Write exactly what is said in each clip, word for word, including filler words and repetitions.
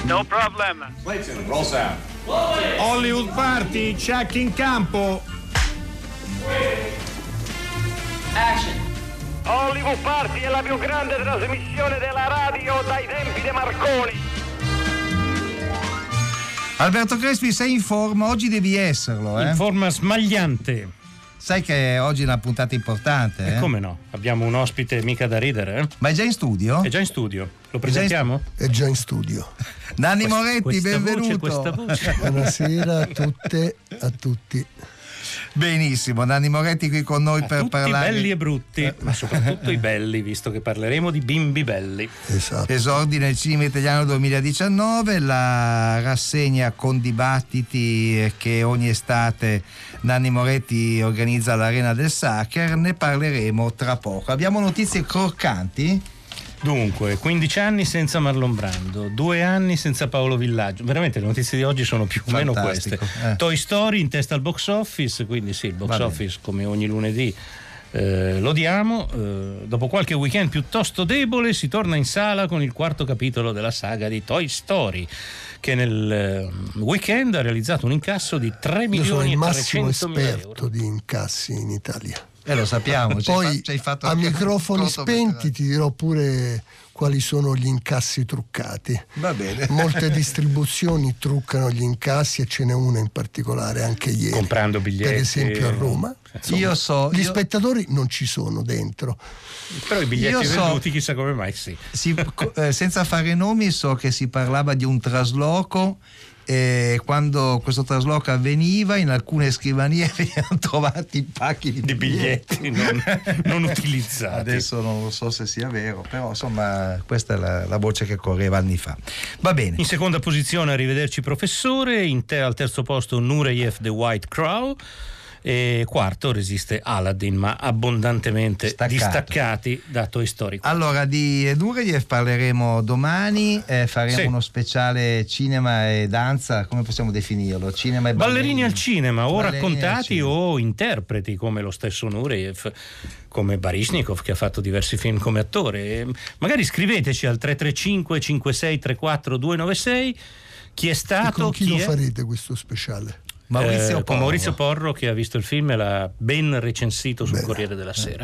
No problem. Clayton, roll sound. Hollywood Party, check in campo. Action. Hollywood Party è la più grande trasmissione della radio dai tempi di Marconi. Alberto Crespi, sei in forma? Oggi devi esserlo, eh? In forma smagliante. Sai che oggi è una puntata importante, eh? E come no? Abbiamo un ospite mica da ridere, eh? Ma è già in studio? È già in studio. Lo presentiamo? È già in studio. Nanni Questa- Moretti, questa benvenuto. voce, questa voce. Buonasera a tutte, a tutti. Benissimo, Nanni Moretti qui con noi A per tutti parlare. belli e brutti, ma soprattutto i belli, visto che parleremo di bimbi belli. Esatto. Esordi nel cinema italiano duemiladiciannove, la rassegna con dibattiti che ogni estate Nanni Moretti organizza all'Arena del Sacher, ne parleremo tra poco. Abbiamo notizie croccanti? Dunque, quindici anni senza Marlon Brando, due anni senza Paolo Villaggio. Veramente le notizie di oggi sono più o meno queste. Eh. Toy Story in testa al box office, quindi sì, il box Va office come ogni lunedì eh, lo diamo. Eh, dopo qualche weekend piuttosto debole si torna in sala con il quarto capitolo della saga di Toy Story, che nel eh, weekend ha realizzato un incasso di tre Io sono milioni il e massimo trecentomila esperto euro. di incassi in Italia. Eh, lo sappiamo. ci hai Poi fa- ci hai fatto a anche un microfoni conto spenti ti dirò pure quali sono gli incassi truccati. Va bene. Molte distribuzioni truccano gli incassi e ce n'è una in particolare anche ieri. Comprando biglietti. Per esempio a Roma. Insomma, Io so. Gli io- spettatori non ci sono dentro. Però i biglietti Io so- venduti chissà come mai sì. si- co- eh, senza fare nomi, so che si parlava di un trasloco. E quando questo trasloco avveniva, in alcune scrivanie venivano trovati pacchi di, Di biglietti non, non utilizzati. Adesso non lo so se sia vero, però insomma questa è la, la voce che correva anni fa. Va bene. In seconda posizione Arrivederci professore, in te, al terzo posto Nureyev The White Crow, e quarto resiste Aladdin, ma abbondantemente Staccato. distaccati da Toy Story. Allora, di Nureyev parleremo domani, eh, faremo Sì. uno speciale cinema e danza, come possiamo definirlo? Cinema e Ballerini al cinema, o Ballerini al raccontati cinema. o interpreti, come lo stesso Nureyev, come Baryshnikov, che ha fatto diversi film come attore. E magari scriveteci al tre tre cinque cinque sei tre quattro due nove sei chi è E stato, con chi, chi lo è. farete questo speciale? Maurizio Eh, con Porro. Maurizio Porro, che ha visto il film e l'ha ben recensito sul Bene. Corriere della Sera.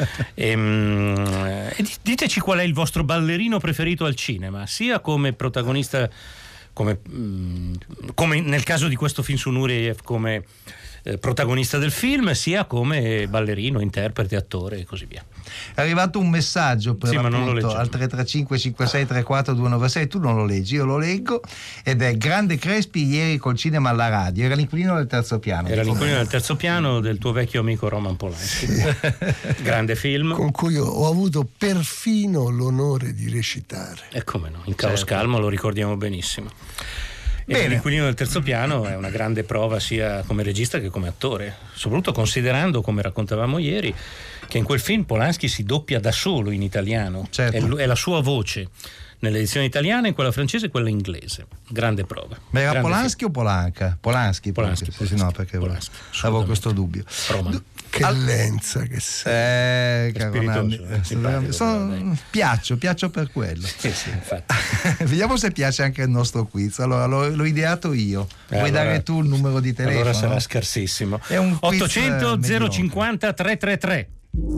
Ehm, e di- diteci qual è il vostro ballerino preferito al cinema, sia come protagonista, come, mm, come nel caso di questo film su Nureyev, come eh, protagonista del film, sia come ballerino, interprete, attore e così via. È arrivato un messaggio per Sì, ma non lo appunto leggiamo. al tre tre cinque cinque sei tre quattro due nove sei, tu non lo leggi, io lo leggo, ed è Grande Crespi ieri col cinema alla radio, era l'inquilino del terzo piano. Era l'inquilino del terzo piano del tuo vecchio amico Roman Polanski. Grande film. Con cui ho, ho avuto perfino l'onore di recitare. E come no, in Caos Certo. Calmo lo ricordiamo benissimo. E Bene. L'inquilino del terzo piano è una grande prova sia come regista che come attore, soprattutto considerando, come raccontavamo ieri, che in quel film Polanski si doppia da solo in italiano. Certo. È, lu- è la sua voce nell'edizione italiana, in quella francese e quella inglese. Grande prova. Ma era Grande Polanski o Polanca? Polanski, Polanski, proprio. Sì, sì, no, perché Polanski, avevo assolutamente. questo dubbio. film. Roman. Che Al- lenza che sei. Eh, caro spiritoso, Nanni, eh, eh, simpatico, sono- dai. piaccio, piaccio per quello. Sì, sì, infatti. Vediamo se piace anche il nostro quiz. Allora, l'ho, l'ho ideato io. Eh, Vuoi allora- dare tu il numero di telefono? Allora sarà scarsissimo. È un quiz, ottocento eh, zero cinquanta trecentotrentatré.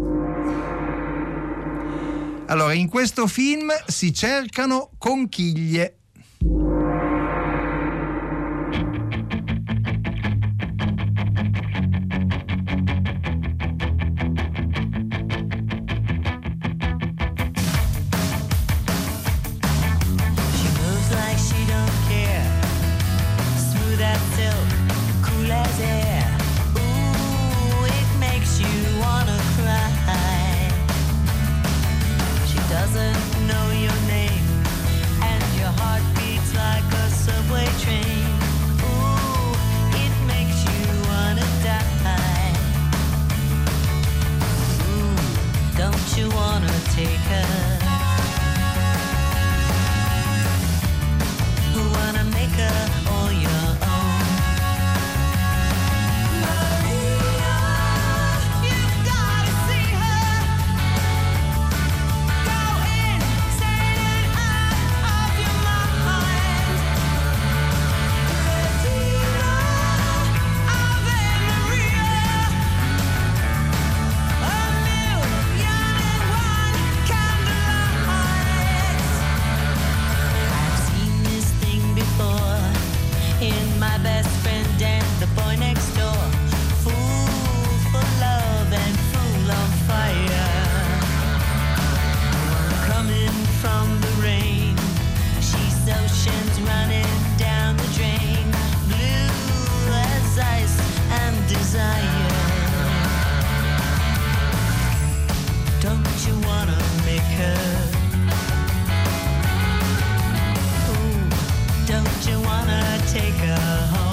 Allora, in questo film si cercano conchiglie. She moves like she don't care. Smooth as silk, cool as air. Ooh, it makes you wanna cry. She doesn't know your name, and your heart running down the drain, blue as ice and desire. Don't you wanna make her? Ooh, don't you wanna take her home?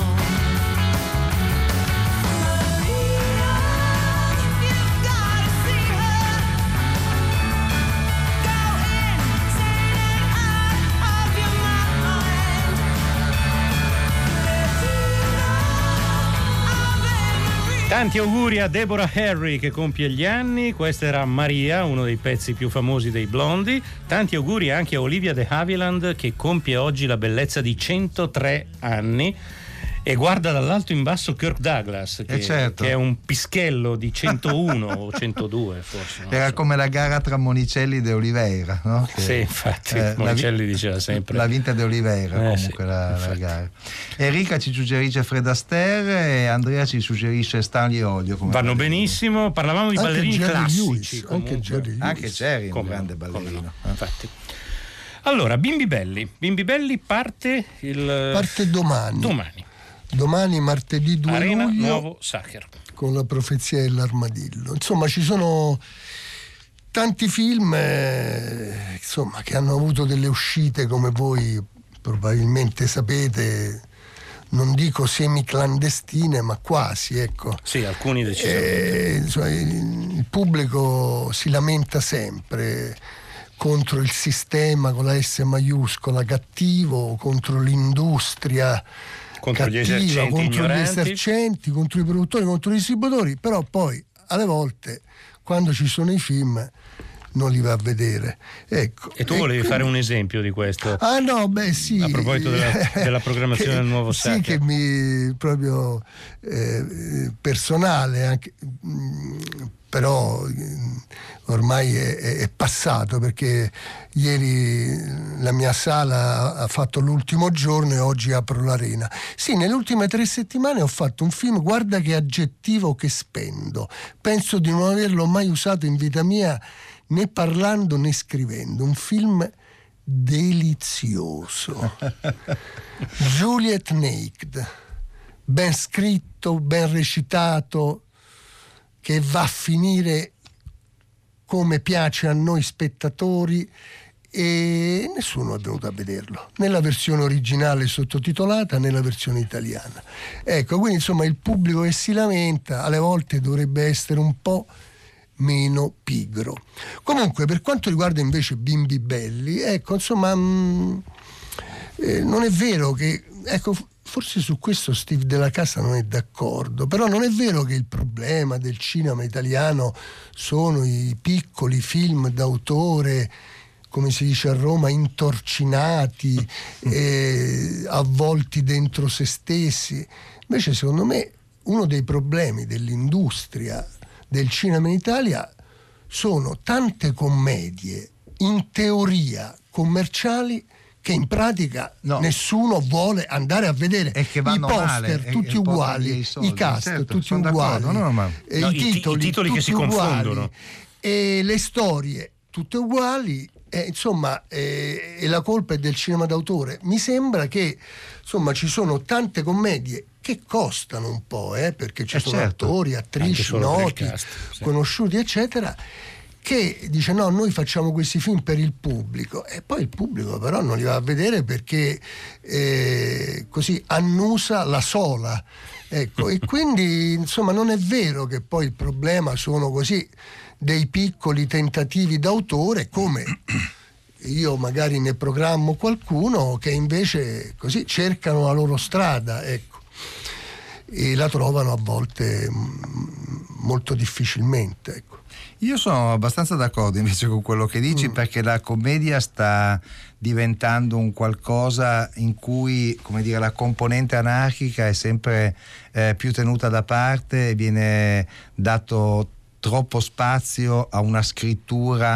Tanti auguri a Deborah Harry che compie gli anni. Questa era Maria, uno dei pezzi più famosi dei Blondie. Tanti auguri anche a Olivia de Havilland che compie oggi la bellezza di centotré anni. E guarda dall'alto in basso Kirk Douglas, che, eh certo. che è un pischello di centouno o centodue forse. Era so. come la gara tra Monicelli e Oliveira, no? Che, sì, infatti, eh, Monicelli vi- diceva sempre. La vinta di Oliveira, Eh, comunque sì, la, la infatti. gara. Enrica ci suggerisce Fred Astaire e Andrea ci suggerisce Stanley Olio. Come Vanno ballerino. benissimo, parlavamo di Anche ballerini Jerry classici. Lewis, anche comunque. Jerry Lewis. Anche Jerry, un Come grande no, come ballerino. no, infatti. Allora, Bimbi Belli. Bimbi Belli parte il Parte domani. domani. Domani, martedì due Arena luglio, Nuovo Sacher. con La profezia dell'armadillo. Insomma, ci sono tanti film eh, insomma, che hanno avuto delle uscite, come voi probabilmente sapete, non dico semi-clandestine, ma quasi, ecco. Sì, alcuni decisamente. Eh, insomma, il, il pubblico si lamenta sempre contro il sistema con la S maiuscola cattivo, contro l'industria Contro gli cattiva, esercenti contro gli ignoranti. esercenti, contro i produttori, contro i distributori, però poi alle volte quando ci sono i film non li va a vedere. Ecco. E tu volevi quindi- fare un esempio di questo? Ah no, beh sì. A proposito della- della programmazione Che- del nuovo Sì, Sacher. che mi proprio eh, personale, anche, mh, però mh, ormai è, è- è passato, perché ieri la mia sala ha fatto l'ultimo giorno e oggi apro l'Arena. Sì, nelle ultime tre settimane ho fatto un film, guarda che aggettivo che spendo. Penso di non averlo mai usato in vita mia, né parlando né scrivendo. Un film delizioso. Juliet Naked, ben scritto, ben recitato, che va a finire come piace a noi spettatori, e nessuno è venuto a vederlo, nella versione originale sottotitolata, nella versione italiana. Ecco, quindi insomma il pubblico che si lamenta alle volte dovrebbe essere un po' meno pigro. Comunque, per quanto riguarda invece Bimbi Belli, ecco, insomma, mh, eh, non è vero che, ecco, forse su questo Steve Della Casa non è d'accordo, però non è vero che il problema del cinema italiano sono i piccoli film d'autore, come si dice a Roma, intorcinati, eh, avvolti dentro se stessi. Invece, secondo me, uno dei problemi dell'industria del cinema in Italia sono tante commedie in teoria commerciali che in pratica No. nessuno vuole andare a vedere. E che i vanno poster male, e- tutti e portano uguali, via i soldi. i cast Certo, tutti sono uguali, d'accordo, no, ma- e No, i i ti- i titoli, titoli che tutti si uguali, confondono. e le storie tutte uguali, e, insomma, eh, e la colpa è del cinema d'autore. Mi sembra che insomma ci sono tante commedie che costano un po', eh, perché ci Eh, sono certo. attori, Anche attrici solo per il noti, cast, sì. conosciuti, eccetera, che dice no, noi facciamo questi film per il pubblico, e poi il pubblico però non li va a vedere perché eh, così annusa la sola, ecco. E quindi insomma non è vero che poi il problema sono così dei piccoli tentativi d'autore, come io magari ne programmo qualcuno, che invece così cercano la loro strada, ecco, e la trovano a volte mm, molto difficilmente, ecco. Io sono abbastanza d'accordo invece con quello che dici, Mm. perché la commedia sta diventando un qualcosa in cui, come dire, la componente anarchica è sempre eh, più tenuta da parte e viene dato troppo spazio a una scrittura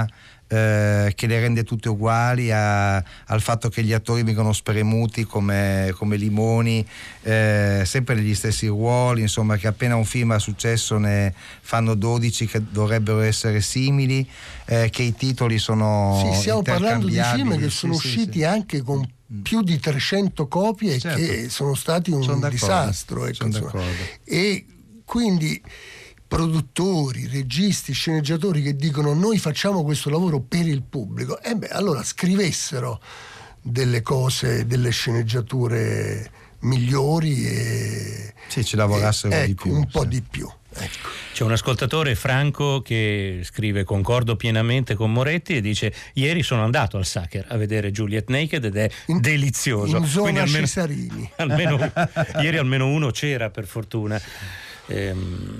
eh, che le rende tutte uguali, a, al fatto che gli attori vengono spremuti come, come limoni, eh, sempre negli stessi ruoli, insomma, che appena un film ha successo ne fanno dodici che dovrebbero essere simili, eh, che i titoli sono sì, stiamo parlando di film che sì, sono sì, usciti sì. anche con più di trecento copie, certo. che sono stati un sono disastro, ecco, sono insomma. E quindi produttori, registi, sceneggiatori che dicono noi facciamo questo lavoro per il pubblico, e beh, allora scrivessero delle cose, delle sceneggiature migliori e sì, ci lavorassero e, di ecco, più un po' sì. di più, ecco. C'è un ascoltatore, Franco, che scrive: concordo pienamente con Moretti, e dice: ieri sono andato al Sacher a vedere Juliet Naked ed è in, delizioso. in zona Quindi almeno, Cesarini almeno ieri almeno uno c'era, per fortuna. Ehm,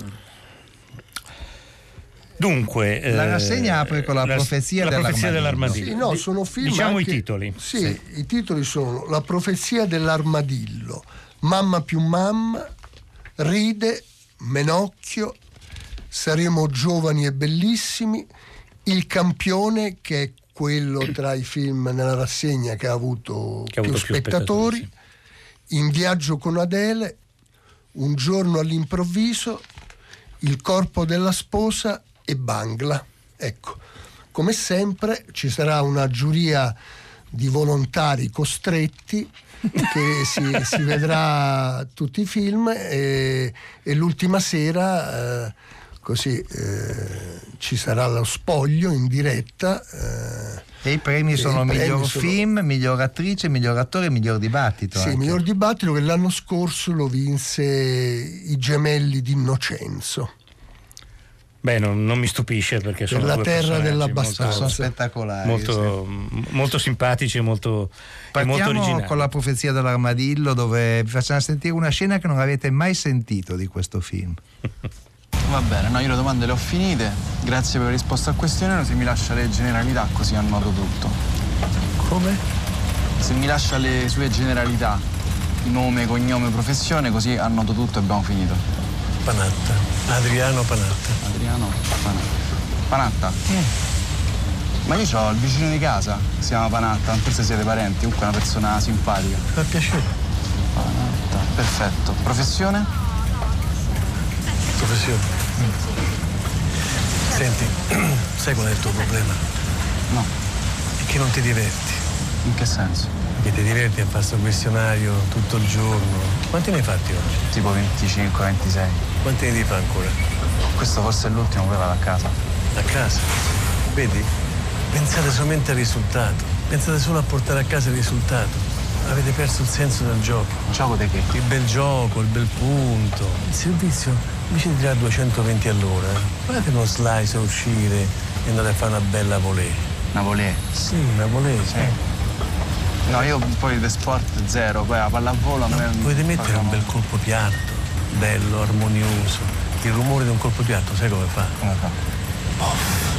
Dunque, la rassegna apre con la, la profezia, la dell'armadillo. profezia dell'armadillo. Sì, no, sono film diciamo anche, i titoli. Sì, sì, i titoli sono La profezia dell'armadillo, Mamma più mamma, Ride, Menocchio, Saremo giovani e bellissimi, Il campione, che è quello tra i film nella rassegna che ha avuto, che ha più, avuto più spettatori, spettatori sì. In viaggio con Adele, Un giorno all'improvviso, Il corpo della sposa e Bangla. Ecco, come sempre ci sarà una giuria di volontari costretti che si, si vedrà tutti i film e, e l'ultima sera eh, così eh, ci sarà lo spoglio in diretta eh, e i premi sono i premi miglior sono... film, miglior attrice, miglior attore e miglior dibattito. Sì, anche. miglior dibattito, che l'anno scorso lo vinse I gemelli di Innocenzo. Beh, non, non mi stupisce, perché sono Per la due terra personaggi dell'abbastanza. molto, sono spettacolari, molto, sì. molto simpatici e molto, e molto Partiamo originali. con La profezia dell'armadillo, dove vi facciamo sentire una scena che non avete mai sentito di questo film. Va bene, no, io le domande le ho finite. Grazie per la risposta al questionario. Se mi lascia le generalità, così annoto tutto. Come? Se mi lascia le sue generalità, nome, cognome, professione, così annoto tutto e abbiamo finito. Panatta, Adriano Panatta. Adriano Panatta. Panatta? Mm. Ma io ho il vicino di casa, si chiama Panatta, forse siete parenti, comunque è una persona simpatica. Fa piacere. Panatta, perfetto. Professione? Professione. Mm. Senti, sai qual è il tuo problema? No. È che non ti diverti. In che senso? Che ti diverti a fare questo questionario tutto il giorno. Quanti ne hai fatti oggi? Tipo venticinque ventisei. Quanti ne devi fare ancora? Questo forse è l'ultimo, poi vado a casa. A casa. Vedi? Pensate solamente al risultato. Pensate solo a portare a casa il risultato. Avete perso il senso del gioco. Gioco di che? Il bel gioco, il bel punto. Il servizio, invece di tirare duecentoventi all'ora, fate uno slice a uscire e andate a fare una bella volée. Una volée? Sì, una volée, sì. Eh. No, io poi di sport zero, poi la pallavolo a me... Potete mettere un bel colpo piatto, bello, armonioso. Il rumore di un colpo piatto, sai come fa? Come fa? Poff,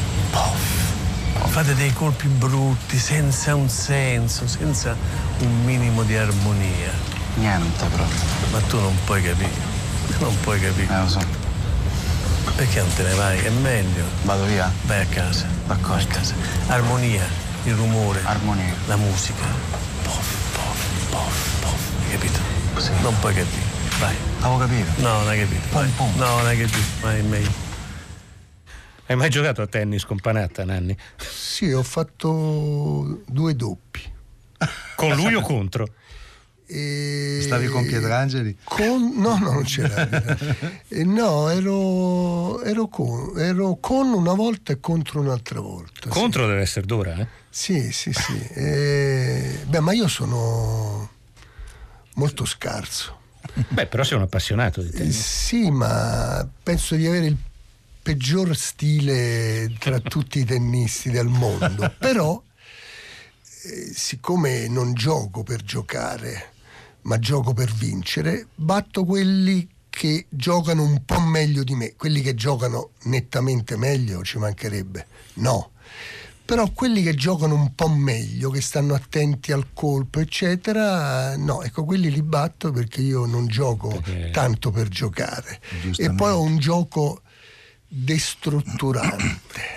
poff. Fate dei colpi brutti, senza un senso, senza un minimo di armonia. Niente proprio. Ma tu non puoi capire, tu non puoi capire. Eh, lo so. Perché non te ne vai? È meglio. Vado via? Vai a casa. D'accordo. Vai a casa. Armonia, il rumore. Armonia. La musica. Poff, poff, poff, poff. Hai capito? Sì. Non puoi capire. Vai. Avevo capito. No, non hai capito. Vai. Pum, pum. No, non hai capito. Vai, è meglio. Hai mai giocato a tennis con Panatta, Nanni? Sì, ho fatto due doppi. Con lui o contro? E... Stavi con Pietrangeli? Con... No, no, non c'era. E no, ero, ero, con, ero con una volta e contro un'altra volta. Contro sì. deve essere dura, eh? Sì, sì, sì. E... Beh, ma io sono molto scarso. Beh, però sei un appassionato di Eh, tennis. sì, ma penso di avere il peggior stile tra tutti i tennisti del mondo. Però, eh, siccome non gioco per giocare, ma gioco per vincere, batto quelli che giocano un po' meglio di me. Quelli che giocano nettamente meglio, ci mancherebbe. No. Però quelli che giocano un po' meglio, che stanno attenti al colpo, eccetera, no, ecco, quelli li batto perché io non gioco Perché... tanto per giocare. E poi ho un gioco destrutturante.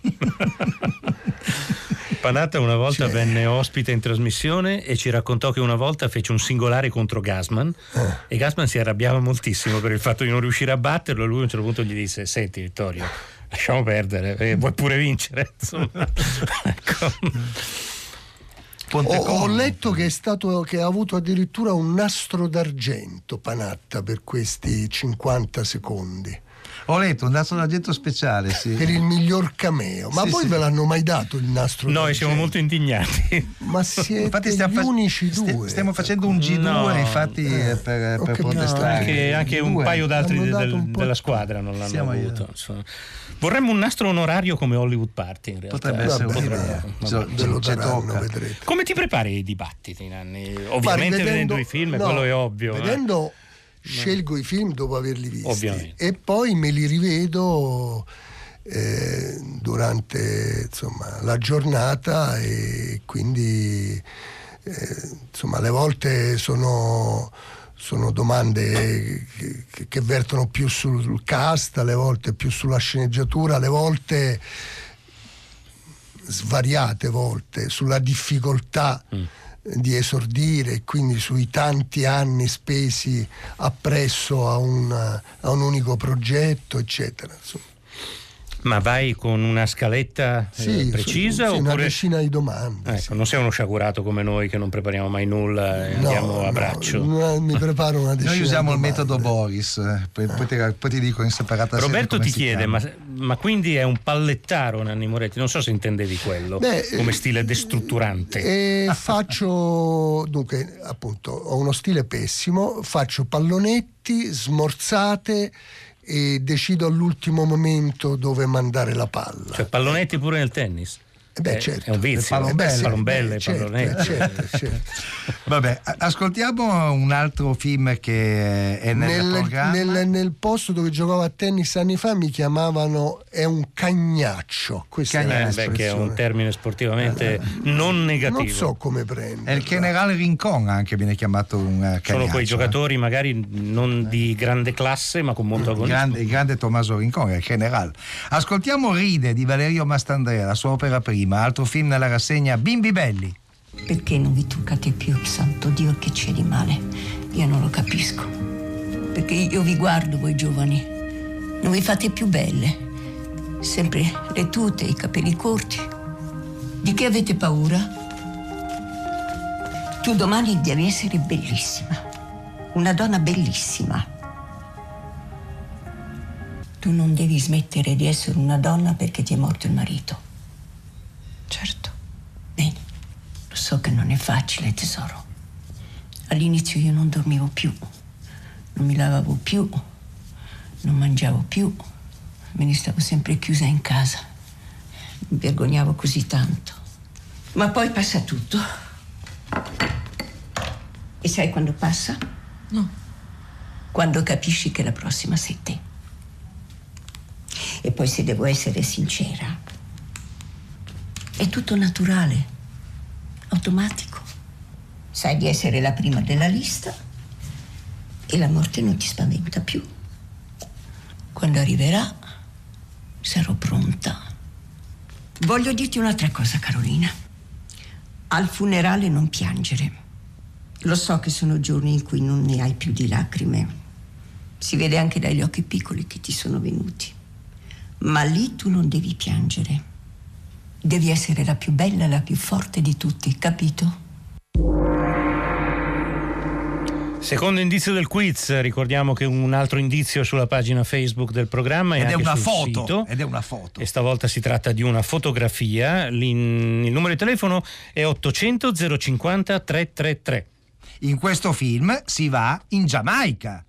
Panatta una volta Cioè. venne ospite in trasmissione e ci raccontò che una volta fece un singolare contro Gassman Eh. e Gassman si arrabbiava moltissimo per il fatto di non riuscire a batterlo, e lui a un certo punto gli disse: senti Vittorio, lasciamo perdere, eh, vuoi pure vincere, insomma. Ecco. Ho, ho letto che è stato che ha avuto addirittura un nastro d'argento Panatta per questi cinquanta secondi. Ho letto un nastro d'argento speciale, sì. Per il miglior cameo. Ma Sì, voi sì. ve l'hanno mai dato il nastro Noi d'argento? siamo molto indignati. Ma siete Infatti stiamo, gli fa- unici sti- due. stiamo facendo un G due, No. infatti, Eh, eh, per, ho per capito. protestare. Anche, anche un Due. paio d'altri Hanno dato del- un po'- della squadra non l'hanno Siamo io. avuto, insomma. Vorremmo un nastro onorario come Hollywood Party, in realtà. Potrebbe essere Vabbè, un'idea. vabbè. Ci- Ve lo ci daranno, tocca. vedrete. Come ti prepari ai dibattiti, Nanni? Guardi, Ovviamente vedendo i film, no, quello è ovvio. eh. Vedendo, scelgo i film dopo averli visti. Ovviamente. E poi me li rivedo eh, durante insomma, la giornata, e quindi eh, insomma, alle volte sono, sono domande che, che- che vertono più sul cast, alle volte più sulla sceneggiatura, alle volte svariate volte sulla difficoltà Mm. di esordire, e quindi sui tanti anni spesi appresso a un, a un unico progetto, eccetera. Insomma. Ma vai con una scaletta eh, Sì, precisa sì, una oppure decina di domande. ecco, sì. non sei uno sciagurato come noi che non prepariamo mai nulla e No, andiamo a no, braccio? no, mi preparo una decina Noi usiamo di il domande. metodo Boris, eh, poi, poi, ti, poi ti dico in separata sede Roberto come ti si chiede, chiama. ma, ma quindi è un pallettaro Nanni Moretti? Non so se intendevi quello Beh, come stile destrutturante. E faccio, dunque, appunto, ho uno stile pessimo, faccio pallonetti, smorzate, e decido all'ultimo momento dove mandare la palla. Cioè pallonetti pure nel tennis? Eh beh, È- certo. È un vizio. Le palombelle. eh, palombelle, Eh, certo, pallonetti. certo, certo. Vabbè, a- ascoltiamo un altro film che è nel, Nel, programma. nel- nel posto dove giocavo a tennis anni fa mi chiamavano è un cagnaccio. Questa Cagnaccio. è Eh, beh, l'espressione. che è un termine sportivamente non negativo. Non so come prendere. È il generale Rincon, anche viene chiamato un eh, Sono cagnaccio, quei eh. giocatori magari non di grande classe ma con molto Il agonismo. grande, il grande Tommaso Rincon, è il generale. Ascoltiamo Ride di Valerio Mastandrea, la sua opera prima, altro film nella rassegna Bimbi Belli. Perché non vi toccate più, santo Dio, che c'è di male? Io non lo capisco. Perché io vi guardo, voi giovani, non vi fate più belle. Sempre le tute, i capelli corti. Di che avete paura? Tu domani devi essere bellissima. Una donna bellissima. Tu non devi smettere di essere una donna perché ti è morto il marito. Certo. Bene, lo so che non è facile, tesoro. All'inizio io non dormivo più, non mi lavavo più, non mangiavo più, me ne stavo sempre chiusa in casa. Mi vergognavo così tanto. Ma poi passa tutto. E sai quando passa? No. Quando capisci che la prossima sei te. E poi, se devo essere sincera, è tutto naturale, automatico. Sai di essere la prima della lista e la morte non ti spaventa più. Quando arriverà, sarò pronta. Voglio dirti un'altra cosa, Carolina. Al funerale non piangere. Lo so che sono giorni in cui non ne hai più di lacrime. Si vede anche dagli occhi piccoli che ti sono venuti. Ma lì tu non devi piangere. Devi essere la più bella, la più forte di tutti, capito? Secondo indizio del quiz, ricordiamo che un altro indizio sulla pagina Facebook del programma e Ed è anche una sul foto, sito. ed è una foto. E stavolta si tratta di una fotografia. L'in- il numero di telefono è ottocento zero cinquanta trecentotrentatré. In questo film si va in Giamaica.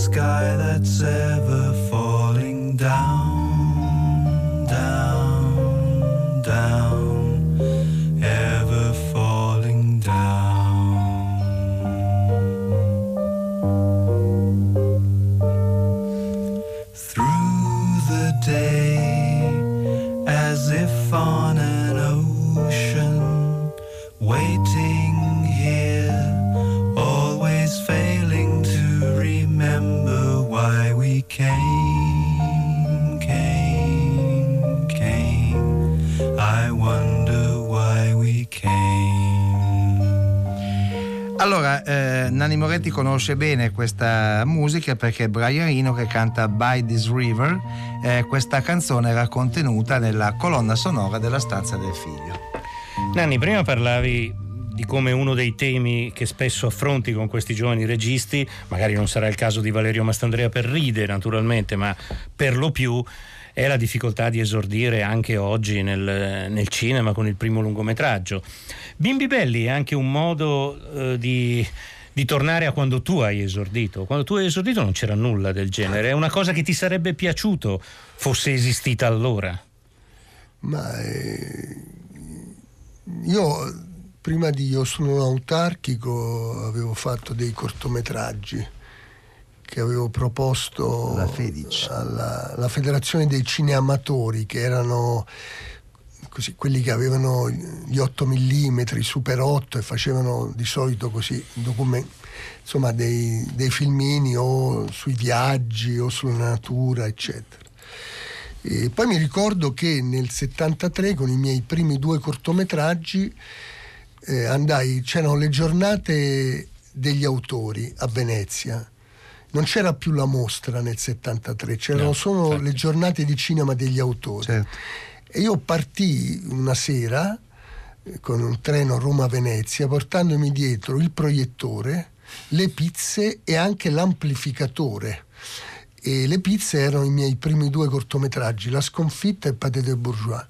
sky that's ever falling down, down, down, ever falling down. Through the day, as if on an ocean, waiting here, always failing to remember why we came, came, came. I wonder why we came. Allora, eh, Nanni Moretti conosce bene questa musica perché è Brian Eno che canta By This River. Eh, questa canzone era contenuta nella colonna sonora della Stanza del Figlio. Nanni, prima parlavi di come uno dei temi che spesso affronti con questi giovani registi, magari non sarà il caso di Valerio Mastandrea per ride naturalmente, ma per lo più è la difficoltà di esordire anche oggi nel, nel cinema con il primo lungometraggio. Bimbi Belli è anche un modo eh, di, di tornare a quando tu hai esordito. Quando tu hai esordito non c'era nulla del genere, è una cosa che ti sarebbe piaciuto fosse esistita allora. Ma eh, io prima di Io sono un autarchico avevo fatto dei cortometraggi che avevo proposto alla Fedic, alla, alla Federazione dei Cineamatori, che erano così, quelli che avevano gli otto millimetri, Super otto, e facevano di solito così documenti, insomma dei, dei filmini o sui viaggi o sulla natura, eccetera. E poi mi ricordo che nel settantatré, con i miei primi due cortometraggi, eh, andai, c'erano le giornate degli autori a Venezia. Non c'era più la mostra nel settantatré, c'erano no, solo certo. le giornate di cinema degli autori. Certo. E io partii una sera eh, con un treno Roma-Venezia, portandomi dietro il proiettore, le pizze e anche l'amplificatore. E le pizze erano i miei primi due cortometraggi, La sconfitta e Pâté de Bourgeois.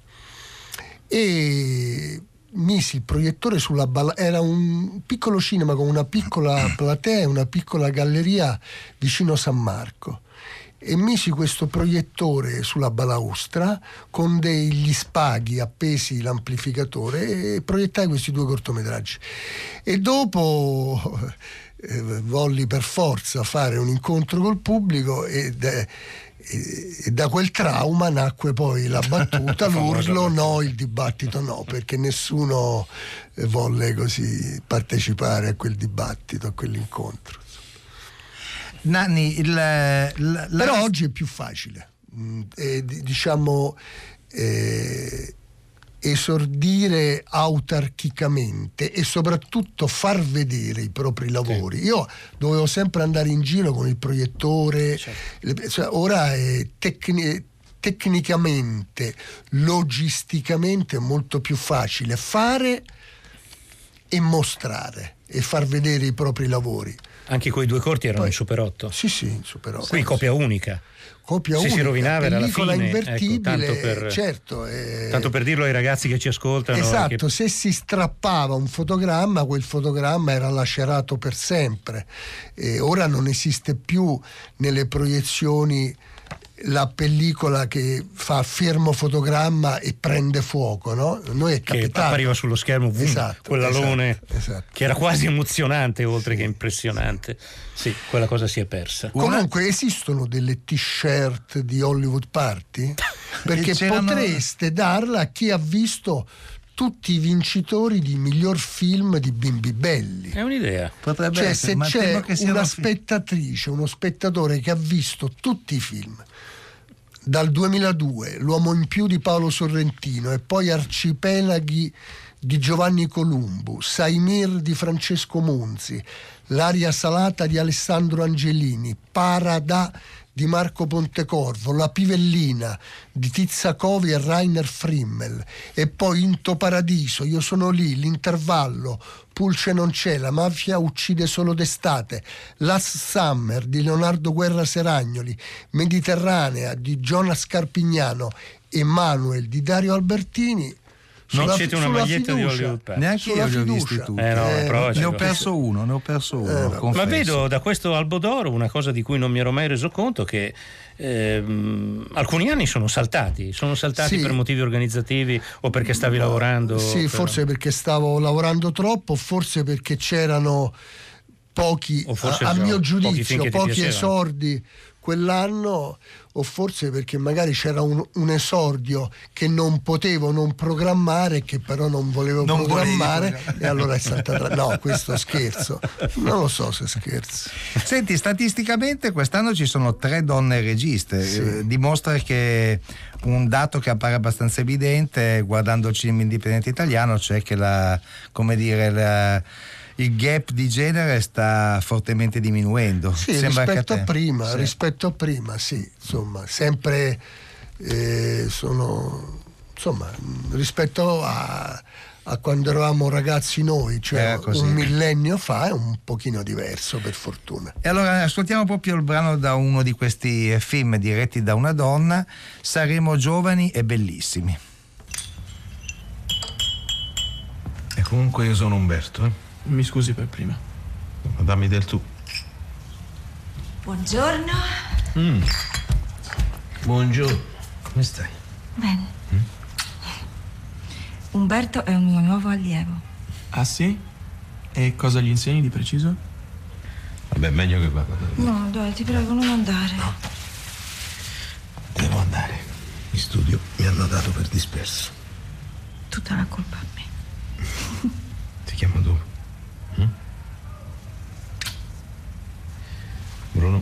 E misi il proiettore sulla bala- era un piccolo cinema con una piccola platea e una piccola galleria vicino San Marco, e misi questo proiettore sulla balaustra con degli spaghi appesi l'amplificatore e proiettai questi due cortometraggi. E dopo eh, volli per forza fare un incontro col pubblico ed, eh, e da quel trauma nacque poi la battuta, l'urlo no, il dibattito no, perché nessuno volle così partecipare a quel dibattito, a quell'incontro. Nanni, il, la, la... però oggi è più facile, eh, diciamo, eh, esordire autarchicamente e soprattutto far vedere i propri lavori. Sì. Io dovevo sempre andare in giro con il proiettore, certo. cioè, ora è tecni- tecnicamente, logisticamente è molto più facile fare e mostrare e far vedere i propri lavori. Anche quei due corti erano Poi, in Super otto? Sì, sì, in Super otto. Qui copia unica. Copia Se unica, si rovinava era la fine, invertibile, ecco, tanto per, certo. Eh, tanto per dirlo ai ragazzi che ci ascoltano. Esatto, che... se si strappava un fotogramma, quel fotogramma era lacerato per sempre. E ora non esiste più nelle proiezioni la pellicola che fa fermo fotogramma e prende fuoco, no? Noi è capitato. Che appariva sullo schermo, boom, esatto, quell'alone esatto, esatto. che era quasi emozionante oltre sì. che impressionante. Sì, quella cosa si è persa. Comunque esistono delle t-shirt di Hollywood Party? Perché potreste darla a chi ha visto tutti i vincitori di miglior film di Bimbi Belli. È un'idea. Potrebbe cioè, essere, se ma c'è che una spettatrice, uno spettatore che ha visto tutti i film, dal duemiladue, L'uomo in più di Paolo Sorrentino e poi Arcipelaghi di Giovanni Columbu, Saimir di Francesco Munzi, L'aria salata di Alessandro Angelini, Paradà di Marco Pontecorvo, La pivellina di Tizza Covi e Rainer Frimmel, e poi Into Paradiso, Io sono lì, L'intervallo, Pulce non c'è, La mafia uccide solo d'estate, Last Summer di Leonardo Guerra Seragnoli, Mediterranea di Jonas Carpignano, Emanuel di Dario Albertini, Non c'è una sulla maglietta di fiducia. Hollywood Party. Neanche Sulla io li ho fiducia. visti tutti. Eh, no, Eh, provaci, ne ho guarda. perso uno, ne ho perso uno. Eh, confesso. Ma vedo da questo albo d'oro una cosa di cui non mi ero mai reso conto, che ehm, alcuni anni sono saltati, sono saltati Sì. per motivi organizzativi o perché stavi lavorando? Sì, per- forse perché stavo lavorando troppo, forse perché c'erano pochi, O forse a, a già mio pochi film giudizio, che ti pochi piacevano. esordi quell'anno, o forse perché magari c'era un, un esordio che non potevo non programmare, che però non volevo Non programmare, volevi e allora è saltata. No, questo scherzo. Non lo so se scherzo. Senti, statisticamente quest'anno ci sono tre donne registe, Sì. eh, dimostra che un dato che appare abbastanza evidente guardando il cinema indipendente italiano, cioè che la, come dire, la, il gap di genere sta fortemente diminuendo. Sì, Sembra rispetto che a te. prima, Sì. rispetto a prima, sì, insomma, sempre eh, sono, insomma, rispetto a, a quando eravamo ragazzi noi, cioè Era così. un millennio fa, è un pochino diverso, per fortuna. E allora ascoltiamo proprio il brano da uno di questi eh, film diretti da una donna, Saremo giovani e bellissimi. E comunque io sono Umberto, eh? Mi scusi per prima. Ma dammi del tu. Buongiorno. Mm. Buongiorno. Come stai? Bene. Umberto è un mio nuovo allievo. Ah sì? E cosa gli insegni di preciso? Vabbè, meglio che vada. No, dai, ti prego, non andare. Devo andare. In studio mi hanno dato per disperso. Tutta la colpa a me. Ti chiamo tu. Mm? Bruno.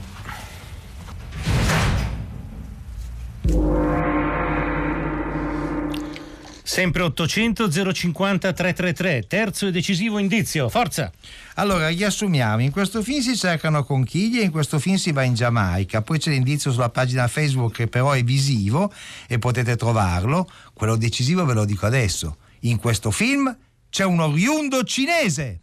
Sempre ottocento zero cinquanta trecentotrentatré, terzo e decisivo indizio, forza! Allora, riassumiamo, in questo film si cercano conchiglie, in questo film si va in Giamaica, poi c'è l'indizio sulla pagina Facebook che però è visivo e potete trovarlo, quello decisivo ve lo dico adesso, in questo film c'è un oriundo cinese!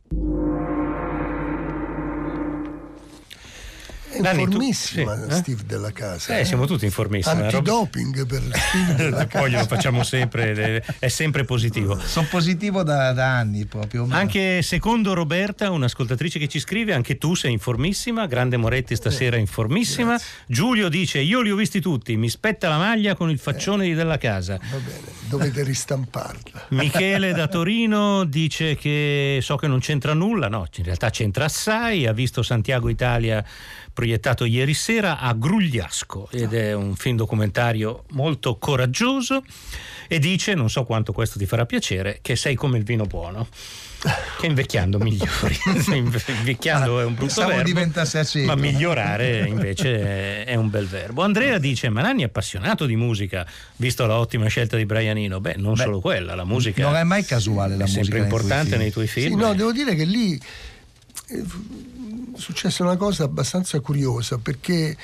È Nanni, tu- informissima sì, eh? Steve della Casa. Eh, siamo tutti informissimi. la roba- Antidoping per Steve della Casa. Poi glielo facciamo sempre, è sempre positivo. Sono positivo da, da anni proprio. Anche secondo Roberta, un'ascoltatrice che ci scrive, anche tu sei informissima, grande Moretti stasera informissima. Grazie. Giulio dice, io li ho visti tutti, mi spetta la maglia con il faccione di Della Casa. Va bene, dovete ristamparla. Michele da Torino dice che so che non c'entra nulla, no, in realtà c'entra assai, ha visto Santiago Italia proiettato ieri sera a Grugliasco ed è un film documentario molto coraggioso e dice, non so quanto questo ti farà piacere, che sei come il vino buono, che invecchiando migliori. Invecchiando è un brutto Pensavo verbo, diventasse aceto. ma migliorare invece è, è un bel verbo. Andrea dice, ma Nanni è appassionato di musica, visto l'ottima scelta di Brian Eno. Beh, non Beh, solo quella, la musica non è mai casuale la è sempre musica importante nei tuoi Sì, film. no, devo dire che lì è successa una cosa abbastanza curiosa, perché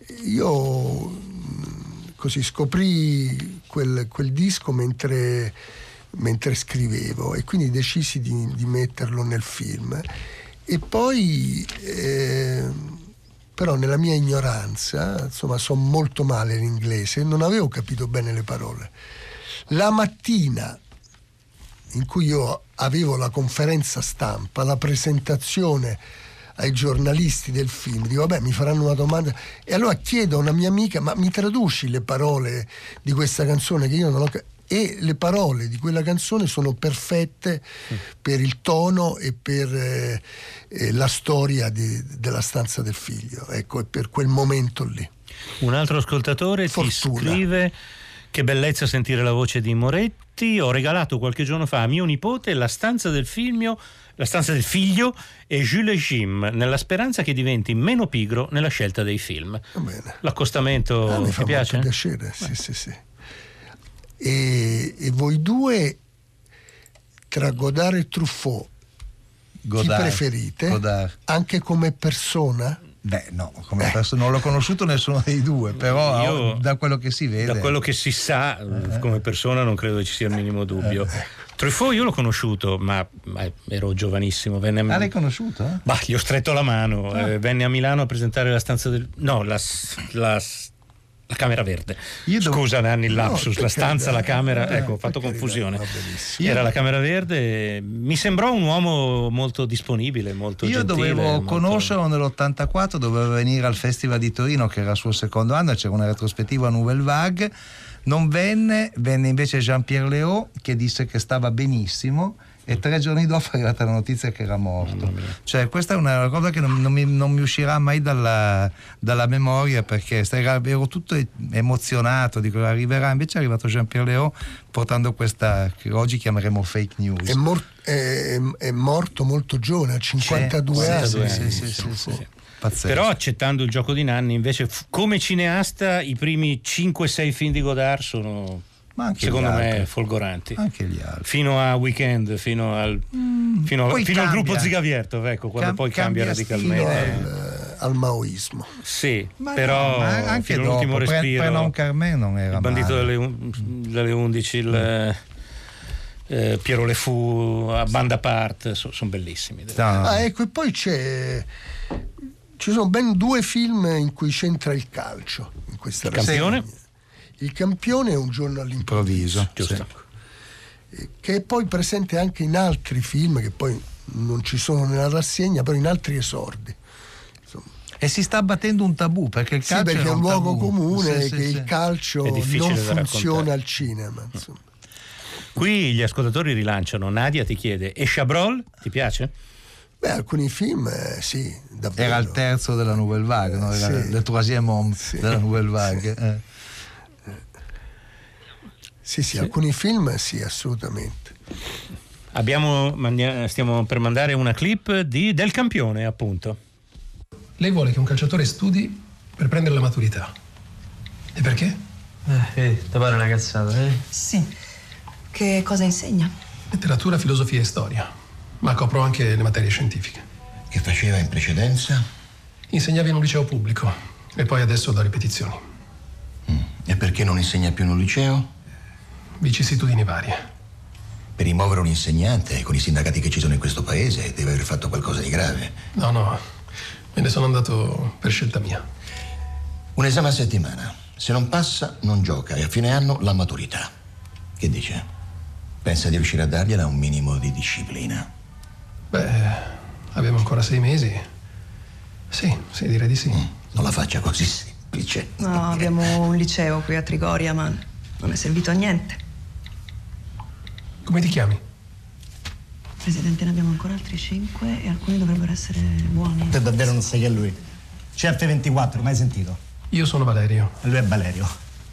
io mh, così scoprì quel, quel disco mentre, mentre scrivevo e quindi decisi di, di metterlo nel film e poi eh, però nella mia ignoranza, insomma, so molto male l'inglese, non avevo capito bene le parole. La mattina in cui io avevo la conferenza stampa, la presentazione ai giornalisti del film, dico vabbè, mi faranno una domanda e allora chiedo a una mia amica, ma mi traduci le parole di questa canzone che io non ho capito? E le parole di quella canzone sono perfette mm. per il tono e per eh, eh, la storia di, della stanza del figlio, ecco, e per quel momento lì. Un altro ascoltatore Fortuna. ti scrive: che bellezza sentire la voce di Moretti, ho regalato qualche giorno fa a mio nipote La stanza del figlio, la stanza del figlio e Jules et Jim, nella speranza che diventi meno pigro nella scelta dei film. Va bene. L'accostamento ah, mi ti fa piace? molto piacere, sì, sì, sì. E, e voi due, tra Godard e Truffaut, Godard, chi preferite? Godard. Anche come persona? Beh, no, come perso- non l'ho conosciuto nessuno dei due, però Io, da quello che si vede. Da quello che si sa, eh. come persona non credo ci sia il minimo dubbio. Eh. Truffaut io l'ho conosciuto, ma, ma ero giovanissimo. Venne a... Ah, l'hai conosciuto? Eh? Bah, gli ho stretto la mano, Ah. eh, venne a Milano a presentare la stanza del... No, la, la, la la camera verde. Io dov- Scusa Nanni, il lapsus, No, la stanza, carità, la camera, eh, ecco, ho fatto per confusione. carità, va benissimo. Era la camera verde, mi sembrò un uomo molto disponibile, molto Io gentile. dovevo molto... conoscerlo nell'ottantaquattro, doveva venire al Festival di Torino che era il suo secondo anno, c'era una retrospettiva Nouvelle Vague, non venne, venne invece Jean-Pierre Léaud che disse che stava benissimo e tre giorni dopo è arrivata la notizia che era morto. Cioè questa è una cosa che non, non, mi, non mi uscirà mai dalla, dalla memoria, perché ero tutto emozionato, dico arriverà, invece è arrivato Jean-Pierre Léaud portando questa che oggi chiameremo fake news. È, mor- è, è morto molto giovane, a cinquantadue anni. cinquantadue Sì, anni, sì, sì, sì, sì, sì. sì. Pazzesco. Però accettando il gioco di Nanni, invece f- come cineasta i primi cinque sei film di Godard sono Ma anche secondo gli me altri. folgoranti. Anche gli altri. Fino a Weekend, fino al fino, poi fino al cambia. gruppo Zigavierto, ecco, quando Cam- poi cambia, cambia Fino radicalmente. al, al maoismo. Sì, Ma però no, ma anche fino dopo, all'ultimo Pre- respiro. Prenom Carmen non era il bandito male. delle, un- delle undici, il eh, Piero Le Fou, a banda part, sono bellissimi. No, no. Ah, ecco, e poi c'è ci sono ben due film in cui c'entra il calcio in questa Il campione? rassegna. Il campione è Un giorno all'improvviso, Improvviso, Giusto. sì. che è poi presente anche in altri film che poi non ci sono nella rassegna, però in altri esordi. E si sta battendo un tabù, perché il Sì, calcio perché è era un luogo tabù. comune Sì, sì, che sì. il calcio È difficile non da funziona raccontare. al cinema. Insomma. Qui gli ascoltatori rilanciano. Nadia ti chiede: e Chabrol ti piace? Beh, alcuni film, eh, sì, davvero. Era il terzo della Nouvelle Vague, no? Era Sì. il troisième homme Sì. della Nouvelle Vague. Sì. Eh. Sì, sì, alcuni film, sì, assolutamente. Abbiamo, mandia- stiamo per mandare una clip di Del Campione, appunto. Lei vuole che un calciatore studi per prendere la maturità. E perché? Eh, eh, ti pare una cazzata, eh? Sì. Che cosa insegna? Letteratura, filosofia e storia. Ma copro anche le materie scientifiche. Che faceva in precedenza? Insegnava in un liceo pubblico e poi adesso do ripetizioni. Mm. E perché non insegna più in un liceo? Vicissitudini varie. Per rimuovere un insegnante, con i sindacati che ci sono in questo paese, deve aver fatto qualcosa di grave. No, no, me ne sono andato per scelta mia. Un esame a settimana. Se non passa, non gioca e a fine anno la maturità. Che dice? Pensa di riuscire a dargliela un minimo di disciplina? Beh, abbiamo ancora sei mesi. Sì, sì, direi di sì. Mm. Non la faccia così semplice. No, abbiamo un liceo qui a Trigoria, ma non è servito a niente. Come ti chiami? Presidente, ne abbiamo ancora altri cinque e alcuni dovrebbero essere buoni. Te davvero non sai che è lui? C F ventiquattro, mai sentito? Io sono Valerio. E lui è Valerio.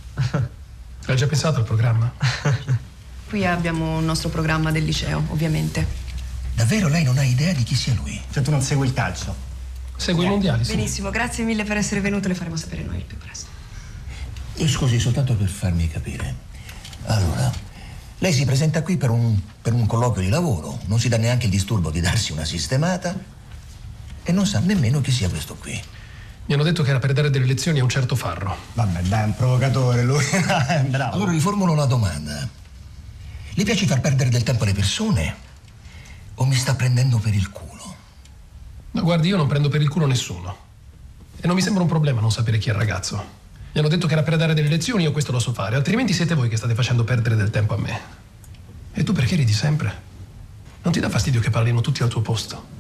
Hai già pensato al programma? Qui abbiamo il nostro programma del liceo, ovviamente. Davvero lei non ha idea di chi sia lui? Cioè tu non segui il calcio? Segui i mondiali, sì. Benissimo, grazie mille per essere venuto, le faremo sapere noi il più presto. Eh, Scusi, soltanto per farmi capire. Allora, lei si presenta qui per un, per un colloquio di lavoro, non si dà neanche il disturbo di darsi una sistemata e non sa nemmeno chi sia questo qui. Mi hanno detto che era per dare delle lezioni a un certo Farro. Vabbè, dai, è un provocatore lui. Bravo. Allora riformulo la domanda. Le piace far perdere del tempo alle persone o mi sta prendendo per il culo? Ma guardi, io non prendo per il culo nessuno. E non mi sembra un problema non sapere chi è il ragazzo. Mi hanno detto che era per dare delle lezioni, io questo lo so fare, altrimenti siete voi che state facendo perdere del tempo a me. E tu perché ridi sempre? Non ti dà fastidio che parlino tutti al tuo posto?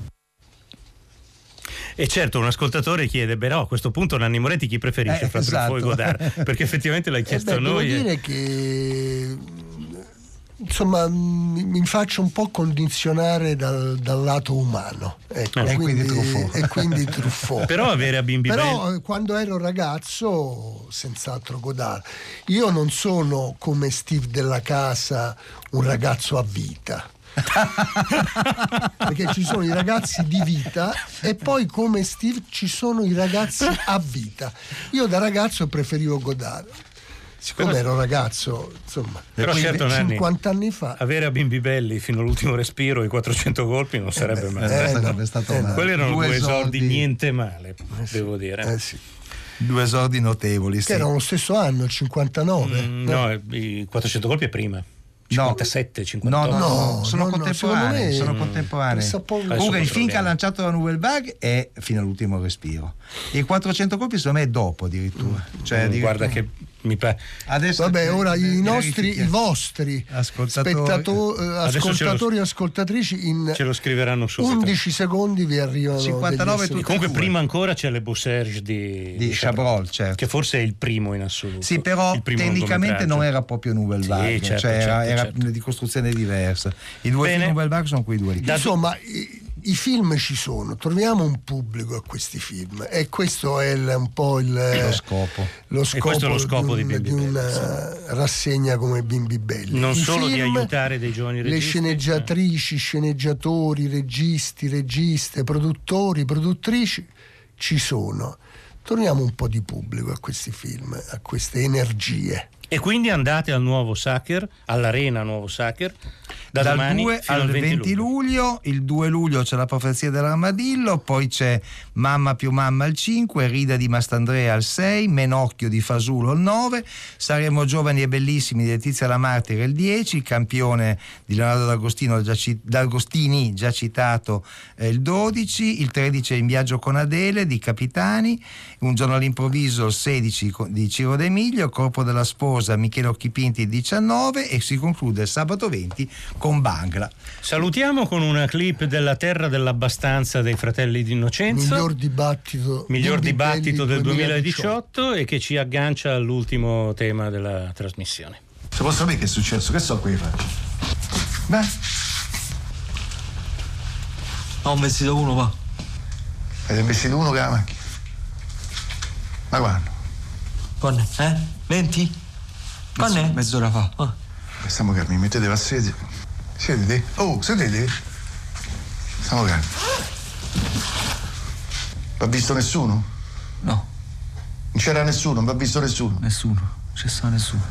E certo, un ascoltatore chiede: beh, no, a questo punto Nanni Moretti chi preferisce Eh, fra esatto. Truffaut e Godard? Perché effettivamente l'hai chiesto Eh beh, a noi. Devo e- dire che insomma mi, mi faccio un po' condizionare dal, dal lato umano, ecco, Eh, e quindi Truffaut. e quindi Truffaut. Però avere a Bimbi Però Belli- eh, quando ero ragazzo senz'altro Godard. Io non sono come Steve Della Casa un ragazzo a vita. Perché ci sono i ragazzi di vita e poi come Steve ci sono i ragazzi a vita. Io da ragazzo preferivo Godard. Siccome Però- ero ragazzo, insomma, Però certo, Nanni, cinquanta anni fa. avere a Bimbi Belli fino all'ultimo respiro i quattrocento colpi non sarebbe beh, male. eh, no. Sarebbe stato male. Quelli erano Due due esordi esordi. niente male, devo dire. Eh sì. Due esordi notevoli, Che sì. erano lo stesso anno, il cinquantanove. Mm, no, i quattrocento colpi è prima. cinquantasette, cinquantotto. No, no, no, No, sono no, no, contemporanei, secondo me- sono contemporanei. Pressappoco- Comunque il Adesso film che ha controlliamo. lanciato la Nouvelle Vague è Fino all'ultimo respiro. Il quattrocento colpi secondo me è dopo addirittura. Cioè, Mm, guarda addirittura- che mi pare. Adesso Vabbè, ora mi- i mi nostri, verifichi. i vostri Ascoltatori. spettato- eh, Adesso ce lo- ascoltatori e ascoltatrici in Ce lo scriveranno subito. undici secondi vi arrivano cinquantanove degli tutti. Comunque due. prima ancora c'è Le Beau Serge di, Di Chabrol, certo. che forse è il primo in assoluto. Sì, però Il primo tecnicamente non era proprio Nouvelle Sì, Vague, certo, cioè era, certo, era certo. di costruzione diversa. I due Bene. film Nouvelle Vague sono quei due lì. Insomma, i, i film ci sono, troviamo un pubblico a questi film e questo è il- un po' il, Lo scopo. lo E scopo, questo è lo scopo di, di un- Bimbi di una rassegna come Bimbi Belli. Non I solo di film, aiutare dei giovani le registi, sceneggiatrici, sceneggiatori, registi, registe, produttori, produttrici ci sono. Torniamo un po' di pubblico a questi film, a queste energie. E quindi andate al nuovo Sacher, all'Arena Nuovo Sacher, da dal domani due fino al venti luglio. Il due luglio c'è La profezia dell'armadillo, poi c'è Mamma più mamma al cinque, Rida di Mastandrea al sei, Menocchio di Fasulo al nove, Saremo giovani e bellissimi di Letizia La Martire il dieci, Il campione di Leonardo D'Agostino, già ci- D'Agostini già citato eh, il dodici, il tredici è In viaggio con Adele di Capitani, Un giorno all'improvviso il sedici co- di Ciro D'Emilio, Corpo della sposa Michele Occhipinti il diciannove e si conclude il sabato venti con Bangla. Salutiamo con una clip della Terra dell'abbastanza dei Fratelli d'Innocenza. Miglior dibattito, Miglior Bimbi dibattito Belli del duemiladiciotto e che ci aggancia all'ultimo tema della trasmissione. Se posso sapere che è successo, che so qui faccio? Beh, Ho un vestito uno, va. avete investito uno che ha la macchina. Ma quando? Quando? Eh? venti? Quando è? Mezz'ora fa. Ah. Stiamo calmi, mettete a sedere. Sedete? Oh, sedete? Stiamo calmi. Va visto nessuno? No. Non c'era nessuno, non va visto nessuno? Nessuno, c'è stato nessuno.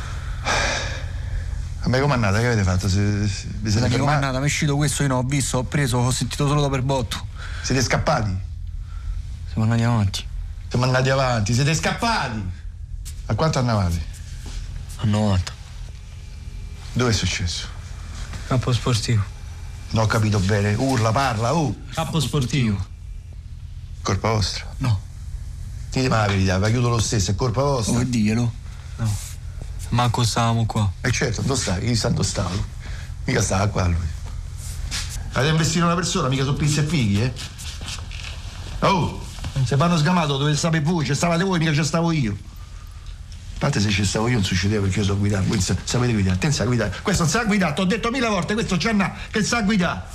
Vabbè, com'è andata? Che avete fatto? Se, se, vi siete Come è fermati? andata? Mi è uscito questo, io non ho visto, ho preso, ho sentito solo da per botto. Siete scappati? Siamo andati avanti. Siamo andati avanti, siete scappati! A quanto andavate? A novanta. Dove è successo? Campo sportivo. Non ho capito bene. Urla, parla, oh! Campo sportivo. Colpa vostra? No. Ditemi la verità, vi chiudo lo stesso, è colpa vostra? Oh, diglielo. No. Manco stavamo qua. E certo, dove stavi? Chi sa dove stava lui? Mica stava qua lui. Avete investito una persona, mica sono pizze e fighi, eh? Oh! Se vanno sgamato dove state voi, ci stavate voi, mica ci stavo io. A parte se ci stavo io non succedeva perché io so guidare, voi sa- sapete guidare, te non sai guidare. Questo non sa guidare, ti ho detto mille volte, questo c'è una che sa guidare.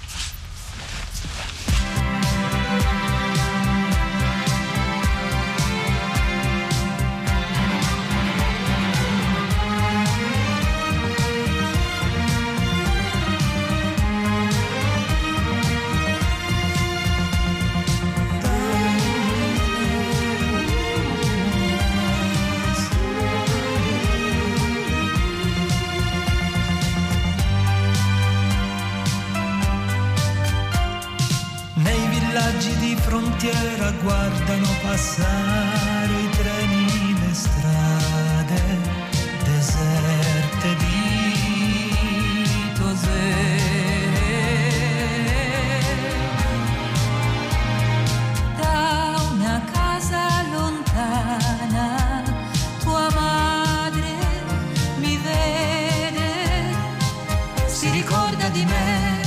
Nei villaggi di frontiera guardano passare i treni, le strade deserte di Tosè. Da una casa lontana tua madre mi vede, si ricorda di me,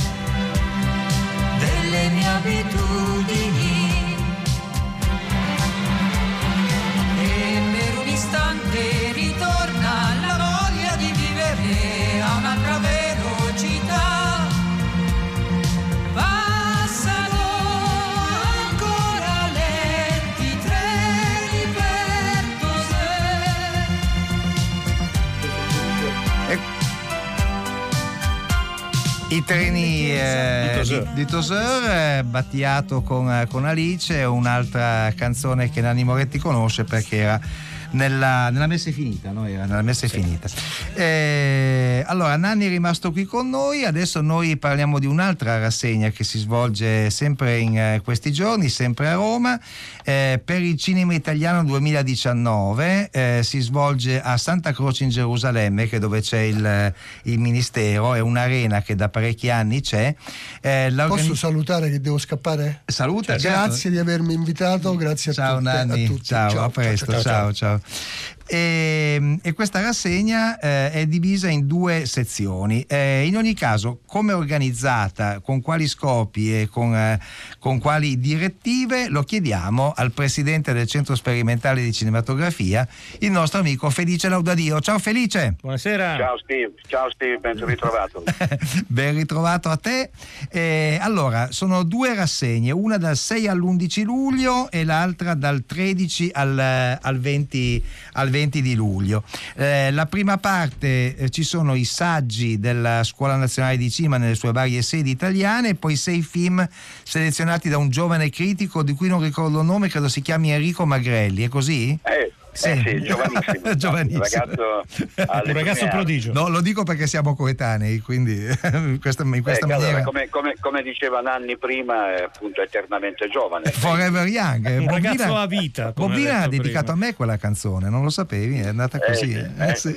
delle mie abitudini, I treni eh, di, di Tozeur, eh, Battiato con, con Alice, un'altra canzone che Nanni Moretti conosce perché era nella, nella Messa è finita, no? Era nella Messa è finita. Eh, allora Nanni è rimasto qui con noi, adesso noi parliamo di un'altra rassegna che si svolge sempre in eh, questi giorni, sempre a Roma, eh, per il cinema italiano duemiladiciannove, eh, si svolge a Santa Croce in Gerusalemme, che è dove c'è il, il ministero, è un'arena che da parecchi anni c'è. Eh, Posso salutare che devo scappare? Saluta, grazie certo. di avermi invitato, grazie ciao, a, tutte, Nanni. a tutti. Ciao, ciao, a presto, ciao, ciao. ciao. ciao. E, e questa rassegna eh, è divisa in due sezioni. Eh, in ogni caso, come è organizzata, con quali scopi e con, eh, con quali direttive, lo chiediamo al presidente del Centro Sperimentale di Cinematografia, il nostro amico Felice Laudadio. Ciao Felice. Buonasera. Ciao Steve, ciao Steve, ben ritrovato. Ben ritrovato a te. Eh, allora, sono due rassegne, una dal sei all'undici luglio e l'altra dal tredici al, al venti al venti di luglio. Eh, la prima parte eh, ci sono i saggi della Scuola Nazionale di Cinema nelle sue varie sedi italiane e poi sei film selezionati da un giovane critico di cui non ricordo il nome, credo si chiami Enrico Magrelli, è così? Eh. Sì, eh sì, giovanissimo, giovanissimo. Un ragazzo, un ragazzo prodigio. No, lo dico perché siamo coetanei, quindi in questa, in questa eh, maniera. Allora, come, come, come diceva Nanni prima, è appunto eternamente giovane. Forever Young. Un Bobbina, ragazzo a vita. Bobbina ha dedicato prima a me quella canzone, non lo sapevi? È andata così. Eh, eh, eh, sì.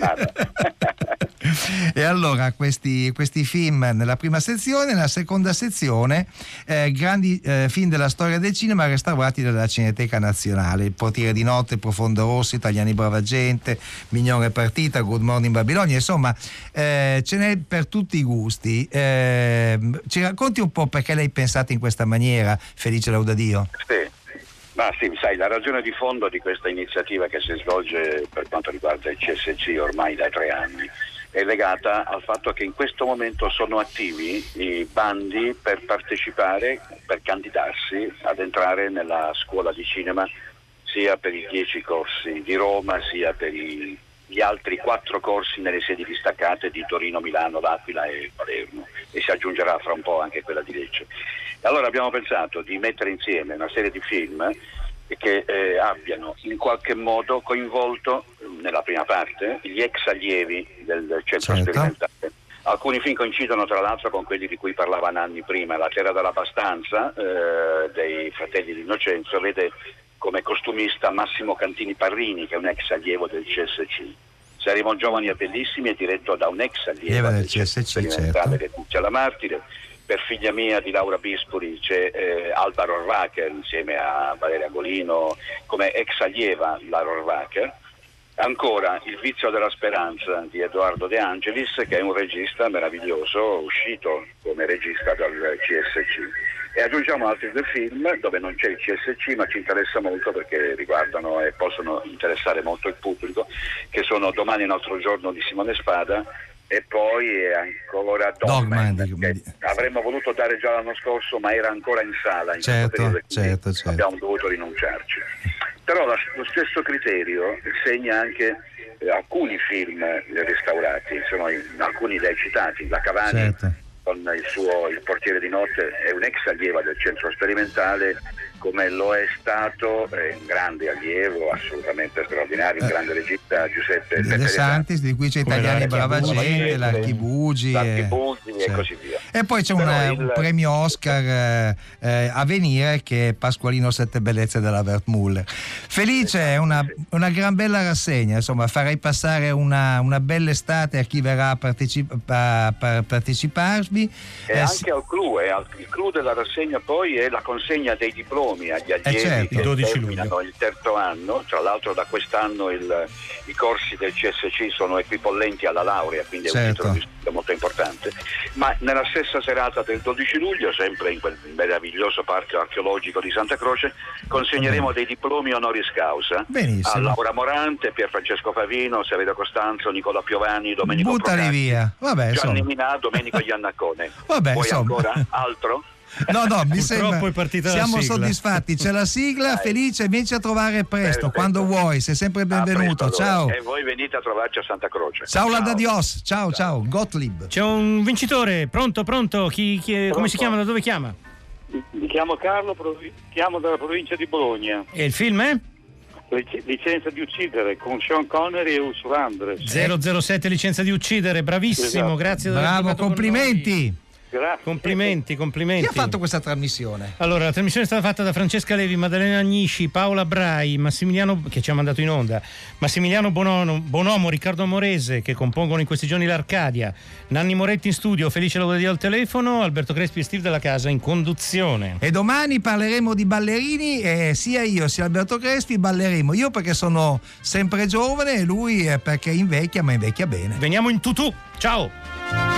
E allora questi, questi film nella prima sezione, nella seconda sezione eh, grandi eh, film della storia del cinema restaurati dalla Cineteca Nazionale: Il portiere di notte, Profondo Rosso, Italiani brava gente, Mignone partita, Good Morning Babilonia, insomma eh, ce n'è per tutti i gusti. Eh, ci racconti un po' perché l'hai pensato in questa maniera, Felice Laudadio? Sì. Ma sì, sai, la ragione di fondo di questa iniziativa che si svolge per quanto riguarda il C S C ormai da tre anni è legata al fatto che in questo momento sono attivi i bandi per partecipare, per candidarsi ad entrare nella scuola di cinema, sia per i dieci corsi di Roma, sia per i, gli altri quattro corsi nelle sedi distaccate di Torino, Milano, L'Aquila e Palermo, e si aggiungerà fra un po' anche quella di Lecce. Allora abbiamo pensato di mettere insieme una serie di film che eh, abbiano in qualche modo coinvolto nella prima parte gli ex allievi del centro certo. sperimentale. Alcuni film coincidono tra l'altro con quelli di cui parlava Nanni prima. La Terra dell'Abbastanza eh, dei Fratelli d'Innocenzo vede come costumista Massimo Cantini Parrini, che è un ex allievo del C S C. Saremo giovani e bellissimi è diretto da un ex allievo del C S C, sperimentale, certo. Letizia La Martire. Per Figlia mia di Laura Bispoli c'è eh, Alba Rohrwacher insieme a Valeria Golino come ex allieva la Rohrwacher. Ancora Il vizio della speranza di Edoardo De Angelis, che è un regista meraviglioso uscito come regista dal C S C. E aggiungiamo altri due film dove non c'è il C S C, ma ci interessa molto perché riguardano e possono interessare molto il pubblico, che sono Domani è un altro giorno di Simone Spada e poi ancora Dogman, Dogman che avremmo voluto dare già l'anno scorso, ma era ancora in sala in certo, questo periodo, certo, certo. abbiamo dovuto rinunciarci. Però la, lo stesso criterio segna anche eh, alcuni film restaurati, sono in, alcuni dai citati, La Cavani certo. con il suo Il portiere di notte è un ex allieva del centro sperimentale, come lo è stato eh, un grande allievo, assolutamente straordinario, un grande regista, Giuseppe De, De Santis, di cui c'è Italiani brava gente, l'Archibugi e... e così via. E poi c'è un, il... un premio Oscar eh, eh, a venire, che è Pasqualino Sette Bellezze della Wertmüller. Felice, è una, una gran bella rassegna, insomma farei passare una, una bella estate a chi verrà a, partecip- a, a parteciparvi. E eh, anche al clou, eh, il clou della rassegna poi è la consegna dei diplomi agli allievi eh certo. che dodici terminano il terzo anno. Tra l'altro da quest'anno il, i corsi del C S C sono equipollenti alla laurea, quindi certo. è un titolo di studio molto importante. Ma nella stessa serata del dodici luglio, sempre in quel meraviglioso parco archeologico di Santa Croce, consegneremo dei diplomi honoris causa benissimo. a Laura Morante, Pier Francesco Favino, Severo Costanzo, Nicola Piovani, Domenico Buttali Procacci, via. Vabbè, Gianni insomma. Minà, Domenico Iannaccone. Vabbè, Poi insomma. ancora altro? No, no, mi Purtroppo sembra. è partita la Siamo sigla. soddisfatti. C'è la sigla, Dai. Felice, vieni a trovare presto, Perfetto. quando vuoi, sei sempre benvenuto. A presto, Ciao. allora. E voi venite a trovarci a Santa Croce. Ciao la da Dios. Ciao, ciao, Gottlieb. C'è un vincitore, pronto, pronto? Chi, chi è- come si chiama? Da dove chiama? Mi chiamo Carlo, provi- chiamo dalla provincia di Bologna. E il film è? Lic- licenza di uccidere con Sean Connery e Ursula Andress. zero zero sette licenza di uccidere, bravissimo, Esatto. grazie di aver Bravo, giocato con complimenti. Grazie. noi. Complimenti, complimenti. Chi ha fatto questa trasmissione? Allora, la trasmissione è stata fatta da Francesca Levi, Maddalena Agnisci, Paola Brai, Massimiliano, che ci ha mandato in onda, Massimiliano Bonomo, Bonomo, Riccardo Amorese, che compongono in questi giorni l'Arcadia, Nanni Moretti in studio, Felice Lavodadio al telefono, Alberto Crespi e Steve della Casa in conduzione. E domani parleremo di ballerini e sia io sia Alberto Crespi balleremo. Io perché sono sempre giovane e lui è perché invecchia, ma invecchia bene. Veniamo in tutù, ciao!